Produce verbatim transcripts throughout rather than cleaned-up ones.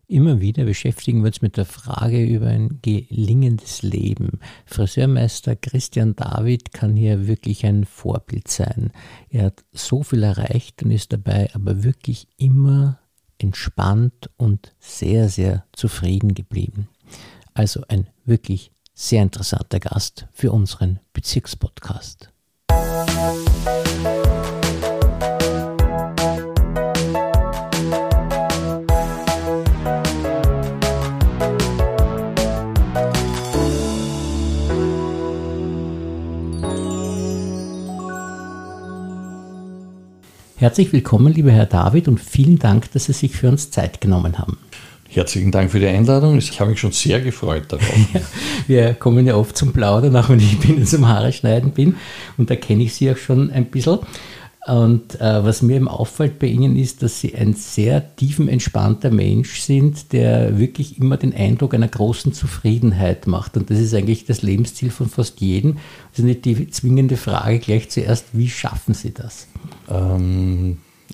Immer wieder beschäftigen wir uns mit der Frage über ein gelingendes Leben. Friseurmeister Christian David kann hier wirklich ein Vorbild sein. Er hat so viel erreicht und ist dabei aber wirklich immer entspannt und sehr, sehr zufrieden geblieben. Also ein wirklich sehr interessanter Gast für unseren Bezirkspodcast. Herzlich willkommen, lieber Herr David, und vielen Dank, dass Sie sich für uns Zeit genommen haben. Herzlichen Dank für die Einladung. Ich habe mich schon sehr gefreut darauf. Ja, wir kommen ja oft zum Plaudern, auch wenn ich bin zum Haare schneiden bin. Und da kenne ich Sie auch schon ein bisschen. Und äh, was mir eben auffällt bei Ihnen ist, dass Sie ein sehr tiefenentspannter Mensch sind, der wirklich immer den Eindruck einer großen Zufriedenheit macht. Und das ist eigentlich das Lebensziel von fast jedem. Das ist nicht die zwingende Frage gleich zuerst, wie schaffen Sie das? Ähm,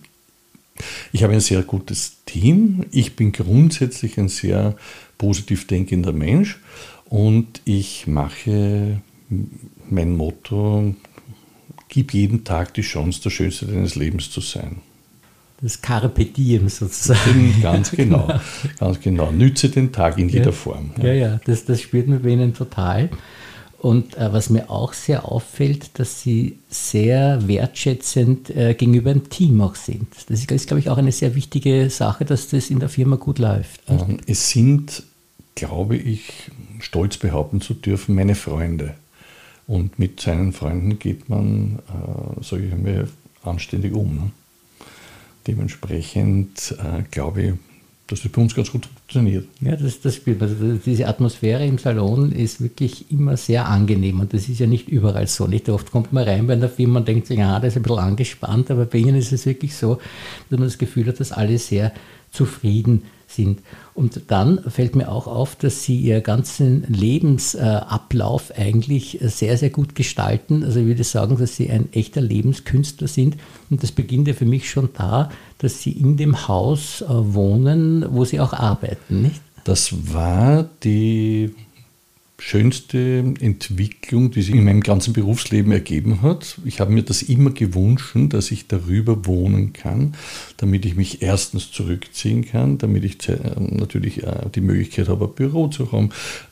ich habe ein sehr gutes Team. Ich bin grundsätzlich ein sehr positiv denkender Mensch und ich mache mein Motto: Gib jeden Tag die Chance, der Schönste deines Lebens zu sein. Das Carpe Diem sozusagen. Ganz genau, ganz genau. Nütze den Tag in jeder ja, Form. Ja, ja, ja das, das spürt man bei Ihnen total. Und äh, was mir auch sehr auffällt, dass Sie sehr wertschätzend äh, gegenüber dem Team auch sind. Das ist, ist, glaube ich, auch eine sehr wichtige Sache, dass das in der Firma gut läuft. Ähm, es sind, glaube ich, stolz behaupten zu dürfen, meine Freunde. Und mit seinen Freunden geht man, äh, sage ich einmal, anständig um. Ne? Dementsprechend äh, glaube ich, dass das bei uns ganz gut funktioniert. Ja, das, das spürt man. Also diese Atmosphäre im Salon ist wirklich immer sehr angenehm und das ist ja nicht überall so. Nicht oft kommt man rein bei einer Firma und denkt sich, ja, das ist ein bisschen angespannt, aber bei Ihnen ist es wirklich so, dass man das Gefühl hat, dass alle sehr zufrieden sind. Und dann fällt mir auch auf, dass Sie Ihren ganzen Lebensablauf eigentlich sehr, sehr gut gestalten. Also ich würde sagen, dass Sie ein echter Lebenskünstler sind. Und das beginnt ja für mich schon da, dass Sie in dem Haus wohnen, wo Sie auch arbeiten, nicht? Das war die schönste Entwicklung, die sich in meinem ganzen Berufsleben ergeben hat. Ich habe mir das immer gewünscht, dass ich darüber wohnen kann, damit ich mich erstens zurückziehen kann, damit ich natürlich die Möglichkeit habe, ein Büro zu haben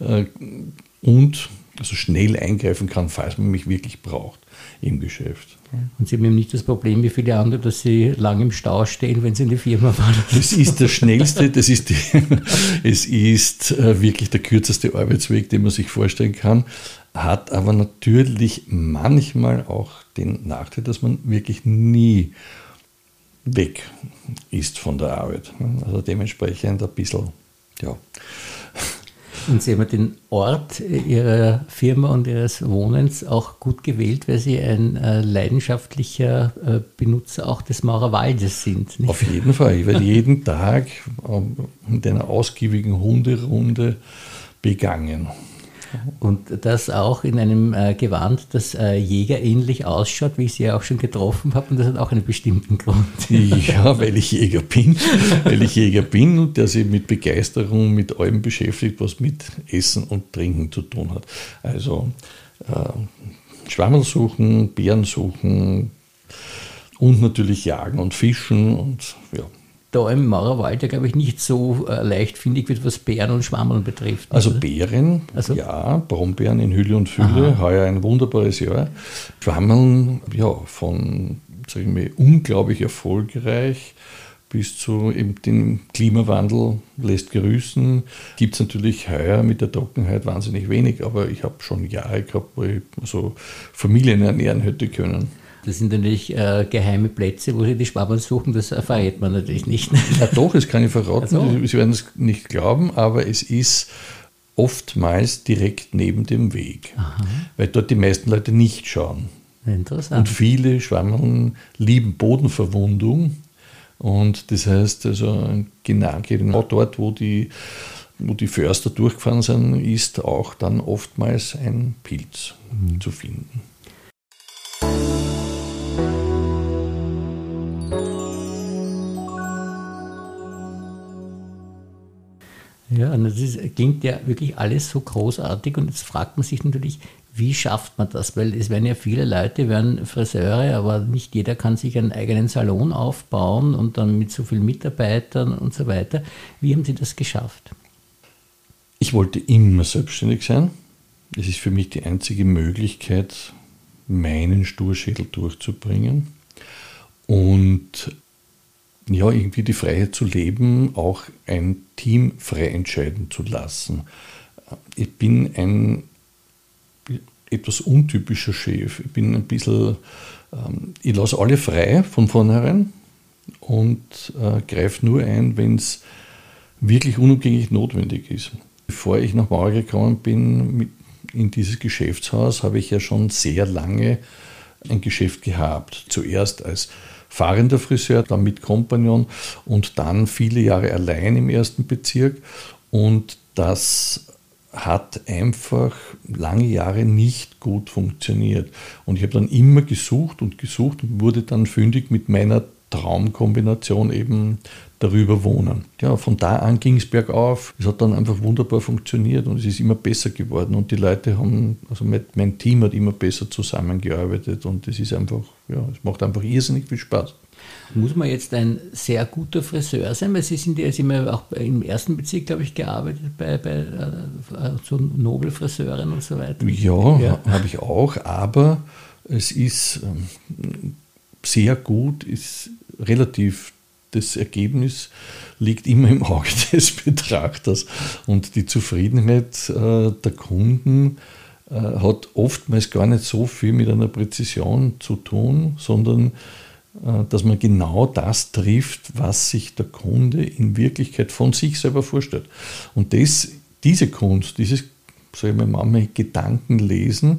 und also schnell eingreifen kann, falls man mich wirklich braucht im Geschäft. Und Sie haben eben nicht das Problem wie viele andere, dass Sie lange im Stau stehen, wenn Sie in die Firma fahren. Das ist der schnellste, das ist die, es ist wirklich der kürzeste Arbeitsweg, den man sich vorstellen kann, hat aber natürlich manchmal auch den Nachteil, dass man wirklich nie weg ist von der Arbeit. Also dementsprechend ein bisschen, ja. Und Sie haben den Ort Ihrer Firma und Ihres Wohnens auch gut gewählt, weil Sie ein äh, leidenschaftlicher äh, Benutzer auch des Maurerwaldes sind. Nicht? Auf jeden Fall. Ich werde jeden Tag ähm, mit einer ausgiebigen Hunderunde begangen. Und das auch in einem äh, Gewand, das äh, jägerähnlich ausschaut, wie ich Sie ja auch schon getroffen habe. Und das hat auch einen bestimmten Grund. Ja, weil ich Jäger bin. Weil ich Jäger bin und der sich mit Begeisterung mit allem beschäftigt, was mit Essen und Trinken zu tun hat. Also äh, Schwammerl suchen, Bären suchen und natürlich jagen und fischen und ja. Da im Maurerwald ja, glaube ich, nicht so äh, leichtfindig wird, was Beeren und Schwammeln betrifft. Also oder? Beeren, also? Ja, Brombeeren in Hülle und Fülle, Aha. Heuer ein wunderbares Jahr. Schwammeln, ja, von, sag ich mal, unglaublich erfolgreich bis zu eben dem Klimawandel lässt grüßen. Gibt es natürlich heuer mit der Trockenheit wahnsinnig wenig, aber ich habe schon Jahre gehabt, wo ich so Familien ernähren hätte können. Das sind natürlich äh, geheime Plätze, wo Sie die Schwammerl suchen, das verrät man natürlich nicht. Ja, doch, das kann ich verraten. Also. Sie werden es nicht glauben, aber es ist oftmals direkt neben dem Weg, Aha. weil dort die meisten Leute nicht schauen. Interessant. Und viele Schwammerl lieben Bodenverwundung und das heißt, also genau, genau dort, wo die, wo die Förster durchgefahren sind, ist auch dann oftmals ein Pilz mhm. zu finden. Ja, und das ist, klingt ja wirklich alles so großartig und jetzt fragt man sich natürlich, wie schafft man das? Weil es werden ja viele Leute, werden Friseure, aber nicht jeder kann sich einen eigenen Salon aufbauen und dann mit so vielen Mitarbeitern und so weiter. Wie haben Sie das geschafft? Ich wollte immer selbstständig sein. Es ist für mich die einzige Möglichkeit, meinen Sturschädel durchzubringen und ja, irgendwie die Freiheit zu leben, auch ein Team frei entscheiden zu lassen. Ich bin ein etwas untypischer Chef. Ich bin ein bisschen, ähm, ich lasse alle frei von vornherein und äh, greife nur ein, wenn es wirklich unumgänglich notwendig ist. Bevor ich nach Mauer gekommen bin mit, in dieses Geschäftshaus, habe ich ja schon sehr lange ein Geschäft gehabt. Zuerst als fahrender Friseur, dann mit Kompagnon und dann viele Jahre allein im ersten Bezirk. Und das hat einfach lange Jahre nicht gut funktioniert. Und ich habe dann immer gesucht und gesucht und wurde dann fündig mit meiner Traumkombination eben darüber wohnen. Ja, von da an ging es bergauf. Es hat dann einfach wunderbar funktioniert und es ist immer besser geworden. Und die Leute haben, also mein Team hat immer besser zusammengearbeitet und es ist einfach, ja, es macht einfach irrsinnig viel Spaß. Muss man jetzt ein sehr guter Friseur sein? Weil Sie sind ja, Sie haben ja auch im ersten Bezirk, glaube ich, gearbeitet, bei, bei äh, so Nobelfriseuren und so weiter. Ja, ja. habe ich auch, aber es ist ähm, sehr gut, ist relativ, das Ergebnis liegt immer im Auge des Betrachters und die Zufriedenheit äh, der Kunden äh, hat oftmals gar nicht so viel mit einer Präzision zu tun, sondern äh, dass man genau das trifft, was sich der Kunde in Wirklichkeit von sich selber vorstellt. Und das, diese Kunst, dieses, sage ich mal, manchmal Gedankenlesen,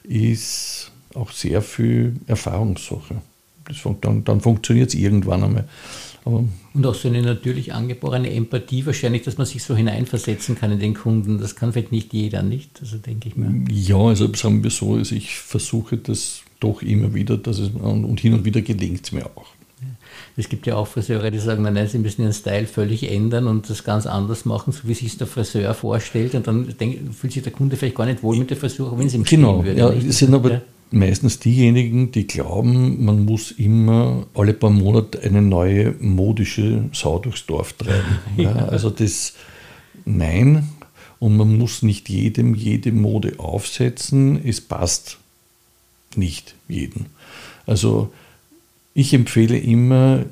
ist auch sehr viel Erfahrungssache. Das, dann, dann funktioniert es irgendwann einmal. Aber und auch so eine natürlich angeborene Empathie wahrscheinlich, dass man sich so hineinversetzen kann in den Kunden. Das kann vielleicht nicht jeder, nicht? Also denke ich mir. Ja, also sagen wir so, also ich versuche das doch immer wieder, dass es, und hin und wieder gelingt es mir auch. Es gibt ja auch Friseure, die sagen, nein, sie müssen ihren Style völlig ändern und das ganz anders machen, so wie sich der Friseur vorstellt. Und dann denk, fühlt sich der Kunde vielleicht gar nicht wohl mit der Frisur, wenn es ihm genau, stehen würde. Ja, nicht? Es sind aber ja. meistens diejenigen, die glauben, man muss immer alle paar Monate eine neue modische Sau durchs Dorf treiben. Ja, also das, nein, und man muss nicht jedem jede Mode aufsetzen, es passt nicht jedem. Also ich empfehle immer,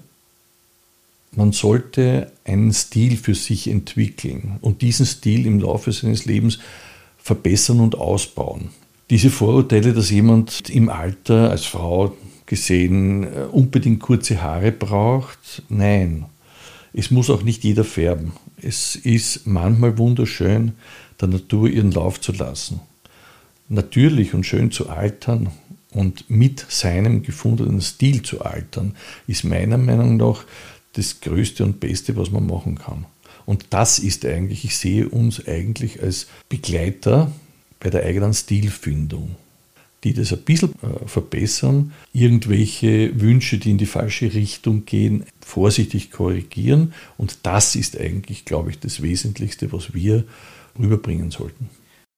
man sollte einen Stil für sich entwickeln und diesen Stil im Laufe seines Lebens verbessern und ausbauen. Diese Vorurteile, dass jemand im Alter als Frau gesehen unbedingt kurze Haare braucht, nein, es muss auch nicht jeder färben. Es ist manchmal wunderschön, der Natur ihren Lauf zu lassen. Natürlich und schön zu altern und mit seinem gefundenen Stil zu altern, ist meiner Meinung nach das Größte und Beste, was man machen kann. Und das ist eigentlich, ich sehe uns eigentlich als Begleiter bei der eigenen Stilfindung, die das ein bisschen äh, verbessern, irgendwelche Wünsche, die in die falsche Richtung gehen, vorsichtig korrigieren. Und das ist eigentlich, glaube ich, das Wesentlichste, was wir rüberbringen sollten.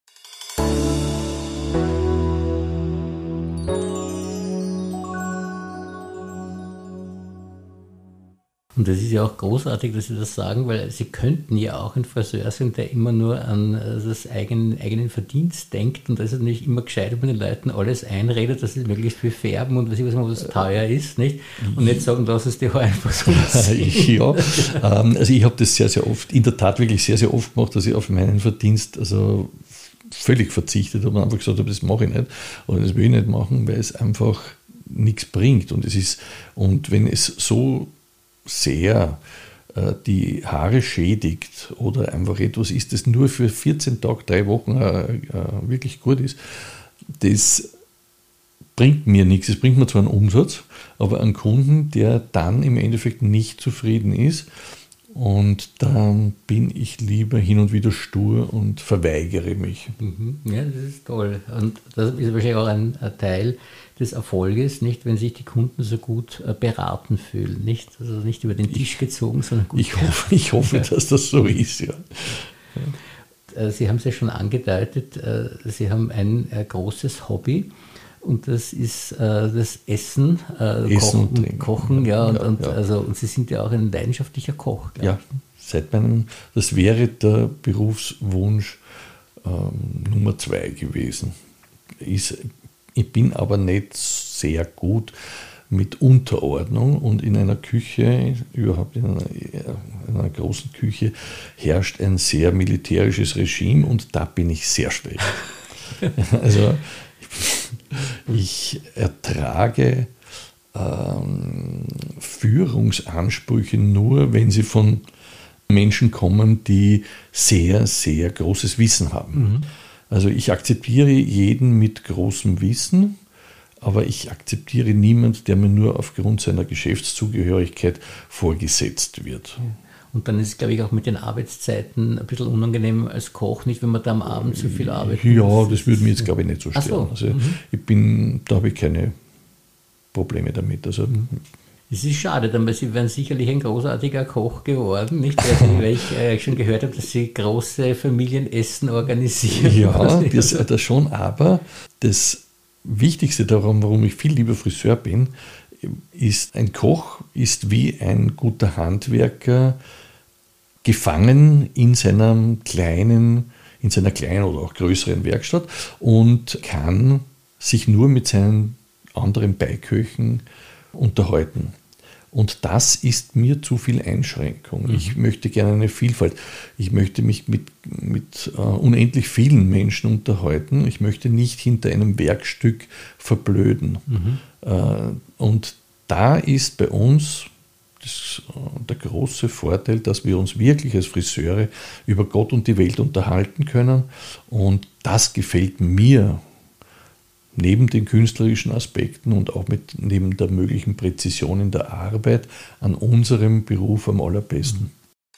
Und das ist ja auch großartig, dass Sie das sagen, weil Sie könnten ja auch ein Friseur sein, der immer nur an das eigenen, eigenen Verdienst denkt und da ist es nicht immer gescheit, wenn man den Leuten alles einredet, dass sie möglichst viel färben und was ich weiß nicht, was teuer ist, nicht? Und nicht sagen, lass es die Haare einfach so aussehen. Ja, ähm, also ich habe das sehr, sehr oft, in der Tat wirklich sehr, sehr oft gemacht, dass ich auf meinen Verdienst also völlig verzichtet habe und einfach gesagt habe, das mache ich nicht oder das will ich nicht machen, weil es einfach nichts bringt und es ist, und wenn es so sehr äh, die Haare schädigt oder einfach etwas ist, das nur für vierzehn Tage, drei Wochen äh, äh, wirklich gut ist, das bringt mir nichts. Es bringt mir zwar einen Umsatz, aber einen Kunden, der dann im Endeffekt nicht zufrieden ist Und dann bin ich lieber hin und wieder stur und verweigere mich. Mhm. Ja, das ist toll. Und das ist wahrscheinlich auch ein, ein Teil des Erfolges, nicht, wenn sich die Kunden so gut äh, beraten fühlen. Nicht? Also nicht über den Tisch gezogen, sondern gut. Ich hoffe, ich hoffe ja. dass das so ist, ja. ja. Sie haben es ja schon angedeutet, äh, Sie haben ein äh, großes Hobby. Und das ist äh, das Essen, äh, Essen Kochen, und Kochen, ja, und, ja, und, ja. Also, und Sie sind ja auch ein leidenschaftlicher Koch. Ja, seit meinem, das wäre der Berufswunsch ähm, Nummer zwei gewesen. Ist, ich bin aber nicht sehr gut mit Unterordnung und in einer Küche, überhaupt in einer, in einer großen Küche, herrscht ein sehr militärisches Regime und da bin ich sehr schlecht. Also ich ertrage ähm, Führungsansprüche nur, wenn sie von Menschen kommen, die sehr, sehr großes Wissen haben. Mhm. Also ich akzeptiere jeden mit großem Wissen, aber ich akzeptiere niemanden, der mir nur aufgrund seiner Geschäftszugehörigkeit vorgesetzt wird. Und dann ist es, glaube ich, auch mit den Arbeitszeiten ein bisschen unangenehm als Koch, nicht, wenn man da am Abend zu viel arbeitet. Ja, muss. Das würde mich jetzt, glaube ich, nicht so stören. So. Also Mhm. ich bin, da habe ich keine Probleme damit. Also, es ist schade, denn weil Sie wären sicherlich ein großartiger Koch geworden, nicht? Also, weil ich äh, schon gehört habe, dass Sie große Familienessen organisieren. Ja, das, das schon, aber das Wichtigste daran, warum ich viel lieber Friseur bin, ist, ein Koch ist wie ein guter Handwerker gefangen in seiner kleinen, in seiner kleinen oder auch größeren Werkstatt und kann sich nur mit seinen anderen Beiköchen unterhalten. Und das ist mir zu viel Einschränkung. Mhm. Ich möchte gerne eine Vielfalt. Ich möchte mich mit, mit uh, unendlich vielen Menschen unterhalten. Ich möchte nicht hinter einem Werkstück verblöden. Mhm. Uh, und da ist bei uns das, uh, der große Vorteil, dass wir uns wirklich als Friseure über Gott und die Welt unterhalten können. Und das gefällt mir. Neben den künstlerischen Aspekten und auch mit, neben der möglichen Präzision in der Arbeit an unserem Beruf am allerbesten.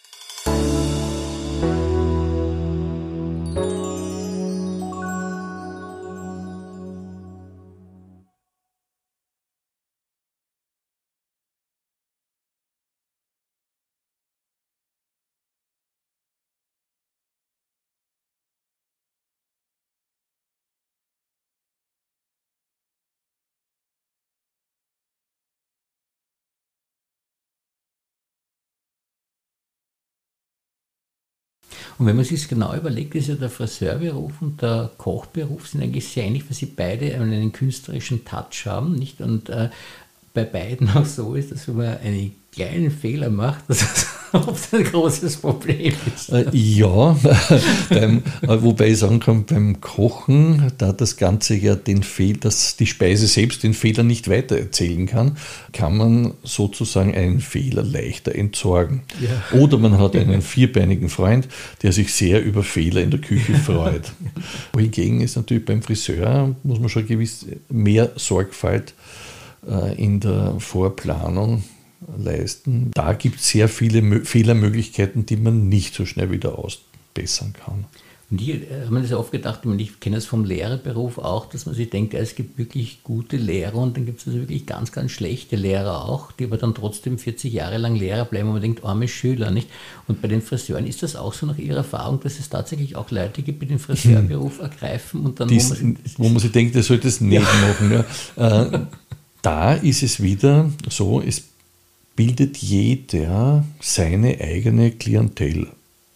Und wenn man sich es genau überlegt, ist ja der Friseurberuf und der Kochberuf sind eigentlich sehr ähnlich, weil sie beide einen künstlerischen Touch haben, nicht? Und äh, bei beiden auch so ist, dass wenn man einen kleinen Fehler macht, dass das oft ein großes Problem ist. Äh, ja, beim, wobei ich sagen kann, beim Kochen, da das Ganze ja den Fehl, dass die Speise selbst den Fehler nicht weitererzählen kann, kann man sozusagen einen Fehler leichter entsorgen. Ja. Oder man hat einen vierbeinigen Freund, der sich sehr über Fehler in der Küche freut. Wohingegen ist natürlich beim Friseur, muss man schon gewiss mehr Sorgfalt äh, in der Vorplanung leisten. Da gibt es sehr viele Mö- Fehlermöglichkeiten, die man nicht so schnell wieder ausbessern kann. Und hier äh, haben wir das oft gedacht, und ich kenne das vom Lehrerberuf auch, dass man sich denkt, ja, es gibt wirklich gute Lehrer und dann gibt es also wirklich ganz, ganz schlechte Lehrer auch, die aber dann trotzdem vierzig Jahre lang Lehrer bleiben und man denkt, arme Schüler, nicht? Und bei den Friseuren ist das auch so nach Ihrer Erfahrung, dass es tatsächlich auch Leute gibt, die den Friseurberuf ergreifen und dann, Dies, wo, man sich, wo man sich denkt, der sollte es nicht ja. machen. Ja. Äh, da ist es wieder so, es bildet jeder seine eigene Klientel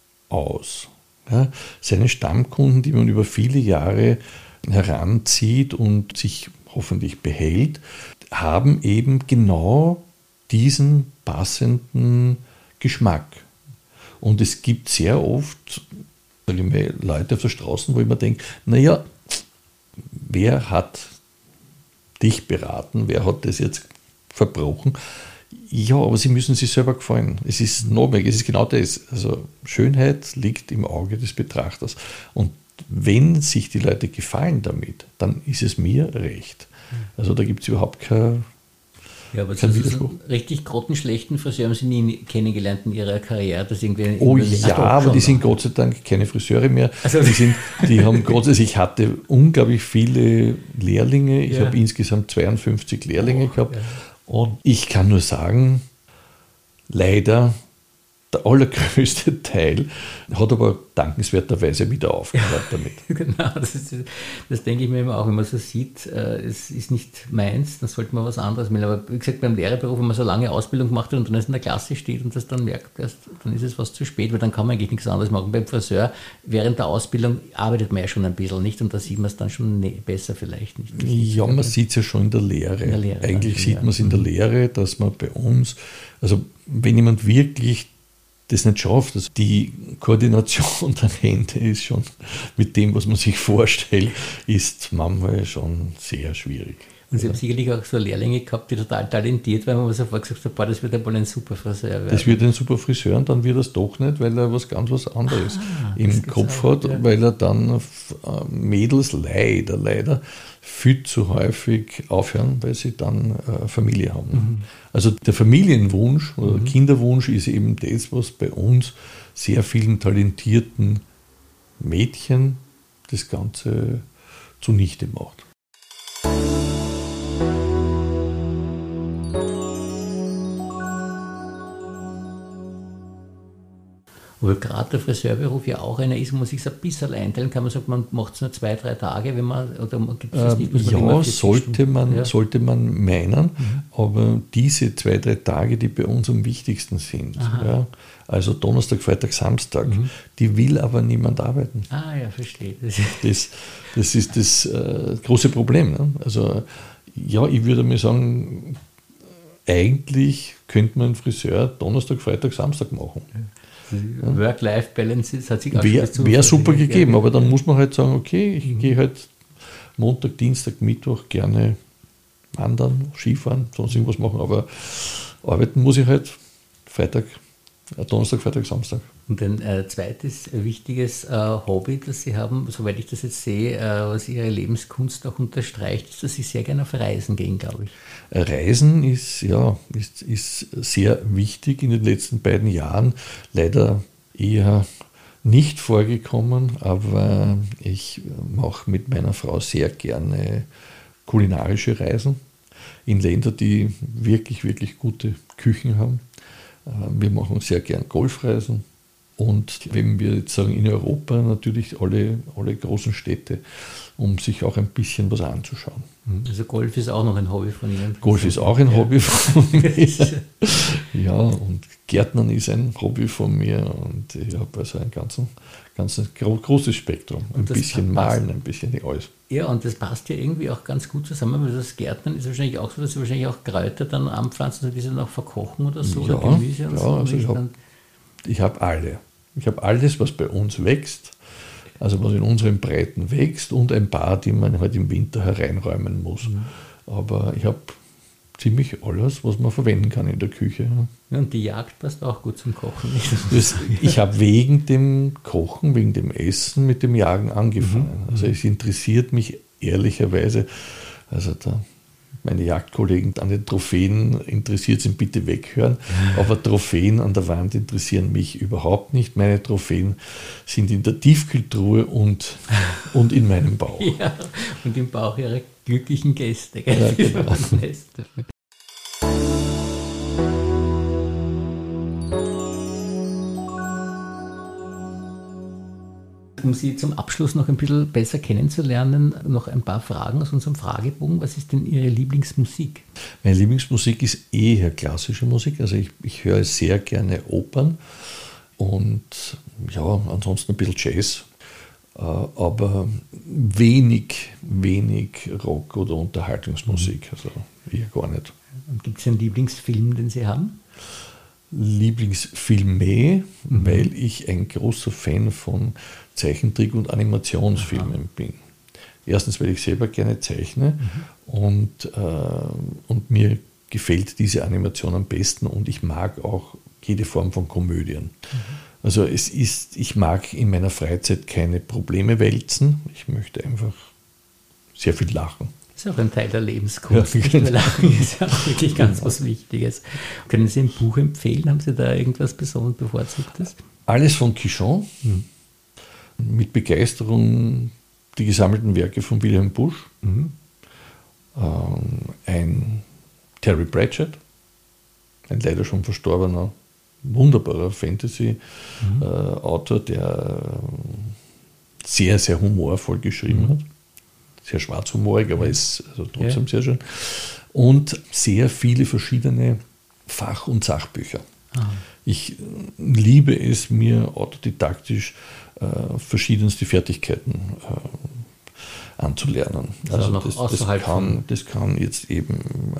aus. Ja, seine Stammkunden, die man über viele Jahre heranzieht und sich hoffentlich behält, haben eben genau diesen passenden Geschmack. Und es gibt sehr oft sage ich mal, Leute auf der Straße, wo ich mir denke, naja, wer hat dich beraten, wer hat das jetzt verbrochen? Ja, aber sie müssen sich selber gefallen. Es ist notwendig, es ist genau das. Also Schönheit liegt im Auge des Betrachters. Und wenn sich die Leute gefallen damit, dann ist es mir recht. Also da gibt es überhaupt kein, Ja, aber Kein so Widerspruch. einen richtig grottenschlechten Friseur haben Sie nie kennengelernt in Ihrer Karriere? Das irgendwie Oh irgendwie- ja, Ach doch, aber schon die noch. sind Gott sei Dank keine Friseure mehr. Also- die, sind, die haben Gott sei Dank, ich hatte unglaublich viele Lehrlinge. Ich Ja. habe insgesamt zweiundfünfzig Lehrlinge Oh, gehabt. ja. Und ich kann nur sagen, leider der allergrößte Teil hat aber dankenswerterweise wieder aufgehört damit. Genau, das, ist, das denke ich mir immer auch, wenn man so sieht, äh, es ist nicht meins, dann sollte man was anderes wählen. Aber wie gesagt, beim Lehrerberuf, wenn man so lange Ausbildung gemacht hat und dann erst in der Klasse steht und das dann merkt, erst, dann ist es was zu spät, weil dann kann man eigentlich nichts anderes machen. Beim Friseur, während der Ausbildung arbeitet man ja schon ein bisschen, nicht? Und da sieht man es dann schon ne, besser vielleicht nicht. Ja, man sieht es ja schon in der Lehre. In der Lehre Eigentlich schon, sieht ja. man es in der Lehre, dass man bei uns, also wenn jemand wirklich das nicht schafft, also die Koordination der Hände ist schon mit dem, was man sich vorstellt, ist manchmal schon sehr schwierig. Und Sie haben sicherlich auch so Lehrlinge gehabt, die total talentiert waren, wo man sofort gesagt hat, boah, das wird einmal ein super Friseur werden. Das wird ein super Friseur und dann wird er es doch nicht, weil er was ganz was anderes Ah, das im gibt's Kopf auch, hat, ja. weil er dann äh, Mädels leider, leider viel zu häufig aufhören, weil sie dann äh, Familie haben. Mhm. Also der Familienwunsch oder Kinderwunsch ist eben das, was bei uns sehr vielen talentierten Mädchen das Ganze zunichte macht. Obwohl gerade der Friseurberuf ja auch einer ist, wo man sich so ein bisschen einteilen kann. Man sagt, man macht es nur zwei, drei Tage, wenn man, oder gibt es das nicht, muss man immer Ja, vierzig sollte Stunden- man, Ja. sollte man meinen, aber diese zwei, drei Tage, die bei uns am wichtigsten sind, ja, also Donnerstag, Freitag, Samstag, die will aber niemand arbeiten. Ah ja, verstehe. Das Das, das ist das äh, große Problem. Ne? Also ja, ich würde mir sagen, eigentlich könnte man einen Friseur Donnerstag, Freitag, Samstag machen. Work-Life-Balance das hat sich auch Wäre schon wär super ja, gegeben, ja, aber dann ja. muss man halt sagen, okay, ich gehe halt Montag, Dienstag, Mittwoch gerne wandern, Skifahren, sonst irgendwas machen, aber arbeiten muss ich halt Freitag, äh, Donnerstag, Freitag, Samstag. Und ein äh, zweites äh, wichtiges äh, Hobby, das Sie haben, soweit ich das jetzt sehe, äh, was Ihre Lebenskunst auch unterstreicht, ist, dass Sie sehr gerne auf Reisen gehen, glaube ich. Reisen ist, ja, ist, ist sehr wichtig in den letzten beiden Jahren, leider eher nicht vorgekommen, aber ich mache mit meiner Frau sehr gerne kulinarische Reisen in Länder, die wirklich, wirklich gute Küchen haben. Wir machen sehr gern Golfreisen. Und wenn wir jetzt sagen, in Europa natürlich alle, alle großen Städte, um sich auch ein bisschen was anzuschauen. Also Golf ist auch noch ein Hobby von Ihnen. Golf ist auch ein Ja. Hobby von mir. Ja, und Gärtnern ist ein Hobby von mir. Und ich habe also ein ganz, ganz großes Spektrum. Ein Und das bisschen passt. malen, ein bisschen alles. Ja, und das passt ja irgendwie auch ganz gut zusammen, weil das Gärtnern ist wahrscheinlich auch so, dass Sie wahrscheinlich auch Kräuter dann anpflanzen, die Sie dann auch verkochen oder so, Ja, oder Gemüse und ja, so. also nicht? ich hab- Dann- Ich habe alle. Ich habe alles, was bei uns wächst, also was in unseren Breiten wächst und ein paar, die man halt im Winter hereinräumen muss. Aber ich habe ziemlich alles, was man verwenden kann in der Küche. Ja, und die Jagd passt auch gut zum Kochen. Nicht? Das, ich habe wegen dem Kochen, wegen dem Essen mit dem Jagen angefangen. Also es interessiert mich ehrlicherweise, also da meine Jagdkollegen an den Trophäen interessiert sind, bitte weghören. Aber Trophäen an der Wand interessieren mich überhaupt nicht. Meine Trophäen sind in der Tiefkühltruhe und, und in meinem Bauch. Ja, und im Bauch Ihrer glücklichen Gäste. Gell? Ja, Das genau. war das Beste. Um Sie zum Abschluss noch ein bisschen besser kennenzulernen, noch ein paar Fragen aus unserem Fragebogen. Was ist denn Ihre Lieblingsmusik? Meine Lieblingsmusik ist eher klassische Musik. Also ich, ich höre sehr gerne Opern und ja, ansonsten ein bisschen Jazz. Äh, Aber wenig, wenig Rock- oder Unterhaltungsmusik. Also eher gar nicht. Gibt es einen Lieblingsfilm, den Sie haben? Lieblingsfilme, weil ich ein großer Fan von Zeichentrick- und Animationsfilmen bin. Erstens, weil ich selber gerne zeichne und, äh, und mir gefällt diese Animation am besten und ich mag auch jede Form von Komödien. Also es ist, ich mag in meiner Freizeit keine Probleme wälzen, ich möchte einfach sehr viel lachen. Das ist auch ein Teil der Lebenskunst. Ja, Nicht? Lachen ist ja auch wirklich ganz was Wichtiges. Können Sie ein Buch empfehlen? Haben Sie da irgendwas besonders Bevorzugtes? Alles von Quichon. Mhm. Mit Begeisterung die gesammelten Werke von Wilhelm Busch. Mhm. Ähm, ein Terry Pratchett, ein leider schon verstorbener, wunderbarer Fantasy-Autor, mhm. äh, der sehr, sehr humorvoll geschrieben mhm. hat. Sehr schwarzhumorig, aber ist also trotzdem ja. sehr schön. Und sehr viele verschiedene Fach- und Sachbücher. Aha. Ich liebe es, mir autodidaktisch äh, verschiedenste Fertigkeiten äh, anzulernen. Also, also noch das, außerhalb das, kann, das kann jetzt eben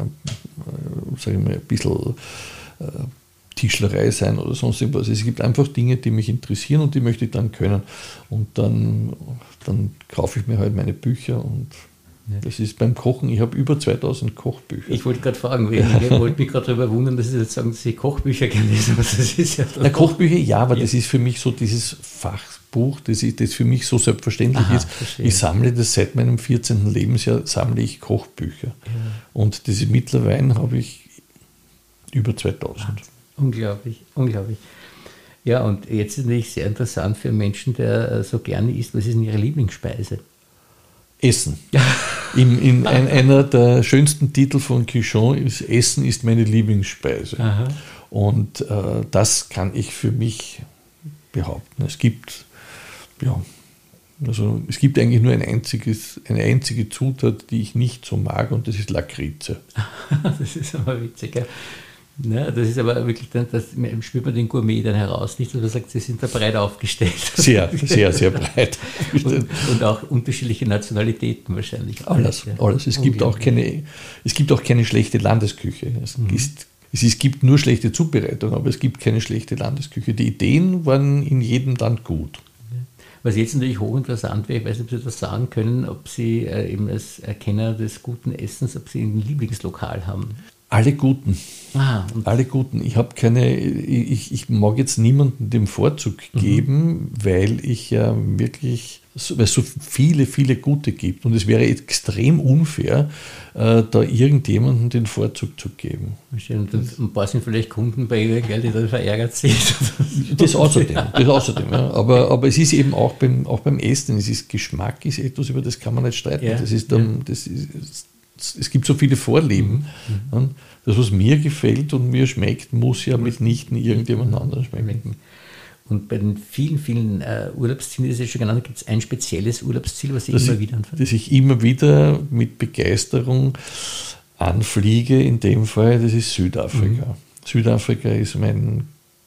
äh, sage ich mal, ein bisschen äh, Tischlerei sein oder sonst irgendwas. Es gibt einfach Dinge, die mich interessieren und die möchte ich dann können. Und dann, dann kaufe ich mir halt meine Bücher und ja. das ist beim Kochen, ich habe über zweitausend Kochbücher. Ich wollte gerade fragen, ich wollte mich gerade darüber wundern, dass Sie jetzt sagen, dass Sie Kochbücher gerne lesen, aber das ist ja... Das Na, Kochbücher, ja, aber ja. das ist für mich so dieses Fachbuch, das, ist, das für mich so selbstverständlich Aha, ist. Verstehe. Ich sammle das seit meinem vierzehnten Lebensjahr, sammle ich Kochbücher. Ja. Und diese mittlerweile habe ich über zweitausend. Unglaublich, unglaublich. Ja, und jetzt ist natürlich sehr interessant für einen Menschen, der so gerne isst. Was ist denn Ihre Lieblingsspeise? Essen. Im, in ein, einer der schönsten Titel von Quichon ist Essen ist meine Lieblingsspeise. Aha. Und äh, das kann ich für mich behaupten. Es gibt, ja, also es gibt eigentlich nur ein einziges, eine einzige Zutat, die ich nicht so mag, und das ist Lakritze. Das ist aber witzig, ja. Ja, das ist aber wirklich, dann, das spürt man den Gourmet dann heraus, nicht? Dass man sagt, sie sind da breit aufgestellt. Sehr, sehr, sehr breit. und, und auch unterschiedliche Nationalitäten wahrscheinlich. Alles, ja. alles. Es gibt auch keine, es gibt auch keine schlechte Landesküche. Es, mhm. ist, es, es gibt nur schlechte Zubereitung, aber es gibt keine schlechte Landesküche. Die Ideen waren in jedem Land gut. Was jetzt natürlich hochinteressant wäre, ich weiß nicht, ob Sie das sagen können, ob Sie äh, eben als Erkenner des guten Essens, ob Sie ein Lieblingslokal haben. Alle Guten. Ah, Alle Guten. Ich habe keine, ich, ich mag jetzt niemandem den Vorzug geben, mhm. weil ich ja wirklich, weil es so viele, viele Gute gibt. Und es wäre extrem unfair, äh, da irgendjemandem den Vorzug zu geben. Und ein paar sind vielleicht Kunden bei Ihnen, die dann verärgert sind. Das außerdem. Das außerdem ja. aber, aber es ist eben auch beim, auch beim Essen, es ist Geschmack ist etwas, über das kann man nicht streiten. Ja, das ist dann, ja. das ist, es gibt so viele Vorlieben. Mhm. Das, was mir gefällt und mir schmeckt, muss ja mitnichten irgendjemand anderes schmecken. Und bei den vielen, vielen äh, Urlaubszielen, das ist schon genannt, gibt es ein spezielles Urlaubsziel, was Sie das immer ich, wieder anfangen? Das ich immer wieder mit Begeisterung anfliege, in dem Fall, das ist Südafrika. Mhm. Südafrika ist mein,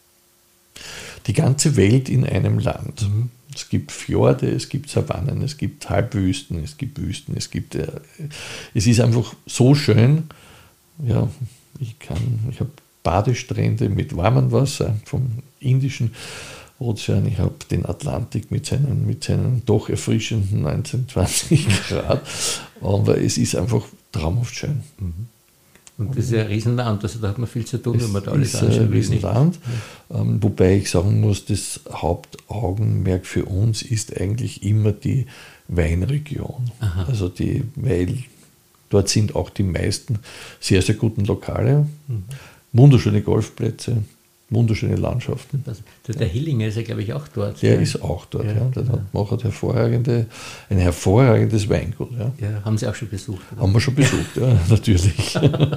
die ganze Welt in einem Land. Mhm. Es gibt Fjorde, es gibt Savannen, es gibt Halbwüsten, es gibt Wüsten, es gibt, äh, es ist einfach so schön. Ja, ich kann, ich habe Badestrände mit warmem Wasser vom Indischen Ozean, ich habe den Atlantik mit seinen, mit seinen doch erfrischenden neunzehn, zwanzig Grad, aber es ist einfach traumhaft schön. Mhm. Und das ist ja ein Riesenland, also da hat man viel zu tun, wenn man da alles anschaut. Es ist ein Riesenland, ähm, wobei ich sagen muss, das Hauptaugenmerk für uns ist eigentlich immer die Weinregion. Aha. Also die, weil dort sind auch die meisten sehr, sehr guten Lokale, mhm. wunderschöne Golfplätze, wunderschöne Landschaften. Also, der Hillinger ist ja, glaube ich, auch dort. Der ja. ist auch dort, ja. ja. Der ja. macht hervorragende, ein hervorragendes Weingut. Ja. Ja, haben Sie auch schon besucht? Oder? Haben wir schon besucht, ja, natürlich.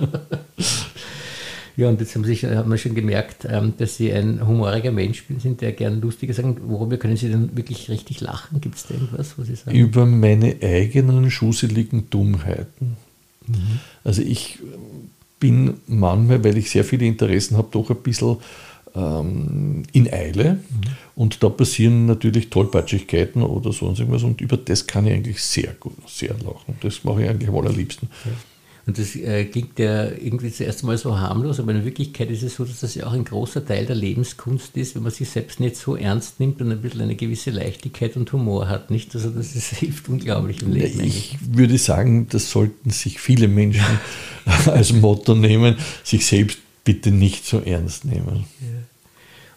Ja, und jetzt haben, sich, haben wir schon gemerkt, dass Sie ein humoriger Mensch sind, der gern lustiger sagt. Worüber können Sie denn wirklich richtig lachen? Gibt es da irgendwas, was Sie sagen? Über meine eigenen schusseligen Dummheiten. Mhm. Also ich bin manchmal, weil ich sehr viele Interessen habe, doch ein bisschen ähm, in Eile. Mhm. Und da passieren natürlich Tollpatschigkeiten oder sonst irgendwas. Und über das kann ich eigentlich sehr gut, sehr lachen. Das mache ich eigentlich am allerliebsten. Okay. Und das äh, klingt ja irgendwie zuerst mal so harmlos, aber in Wirklichkeit ist es so, dass das ja auch ein großer Teil der Lebenskunst ist, wenn man sich selbst nicht so ernst nimmt und ein bisschen eine gewisse Leichtigkeit und Humor hat. Nicht? Also das ist, hilft unglaublich im Leben. Ja, ich würde sagen, das sollten sich viele Menschen als Motto nehmen, sich selbst bitte nicht so ernst nehmen. Ja.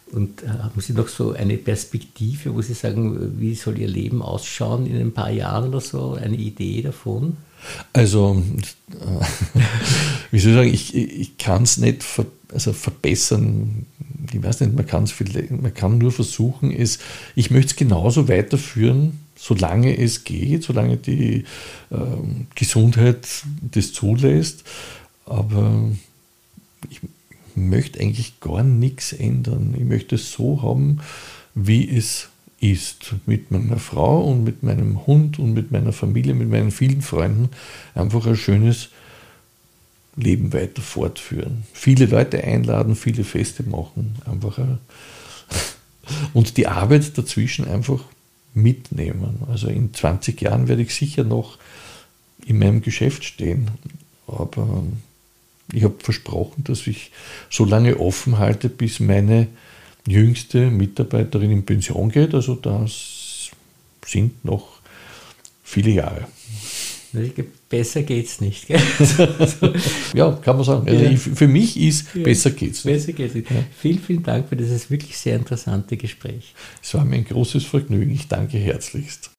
Und äh, haben Sie noch so eine Perspektive, wo Sie sagen, wie soll Ihr Leben ausschauen in ein paar Jahren oder so? Eine Idee davon? Also, äh, wie soll ich sagen, ich, ich kann es nicht ver, also verbessern. Ich weiß nicht, man kann es man kann nur versuchen, es, ich möchte es genauso weiterführen, solange es geht, solange die äh, Gesundheit das zulässt. Aber ich möchte eigentlich gar nichts ändern. Ich möchte es so haben, wie es ist. Mit meiner Frau und mit meinem Hund und mit meiner Familie, mit meinen vielen Freunden einfach ein schönes Leben weiter fortführen. Viele Leute einladen, viele Feste machen. Einfach ein und die Arbeit dazwischen einfach mitnehmen. Also in zwanzig Jahren werde ich sicher noch in meinem Geschäft stehen. Aber ich habe versprochen, dass ich so lange offen halte, bis meine jüngste Mitarbeiterin in Pension geht. Also das sind noch viele Jahre. Besser geht's nicht. Gell? Ja, kann man sagen. Also ja. ich, für mich ist ja. besser geht's nicht. Besser geht's nicht. Ja. Vielen, vielen Dank für dieses wirklich sehr interessante Gespräch. Es war mir ein großes Vergnügen. Ich danke herzlichst.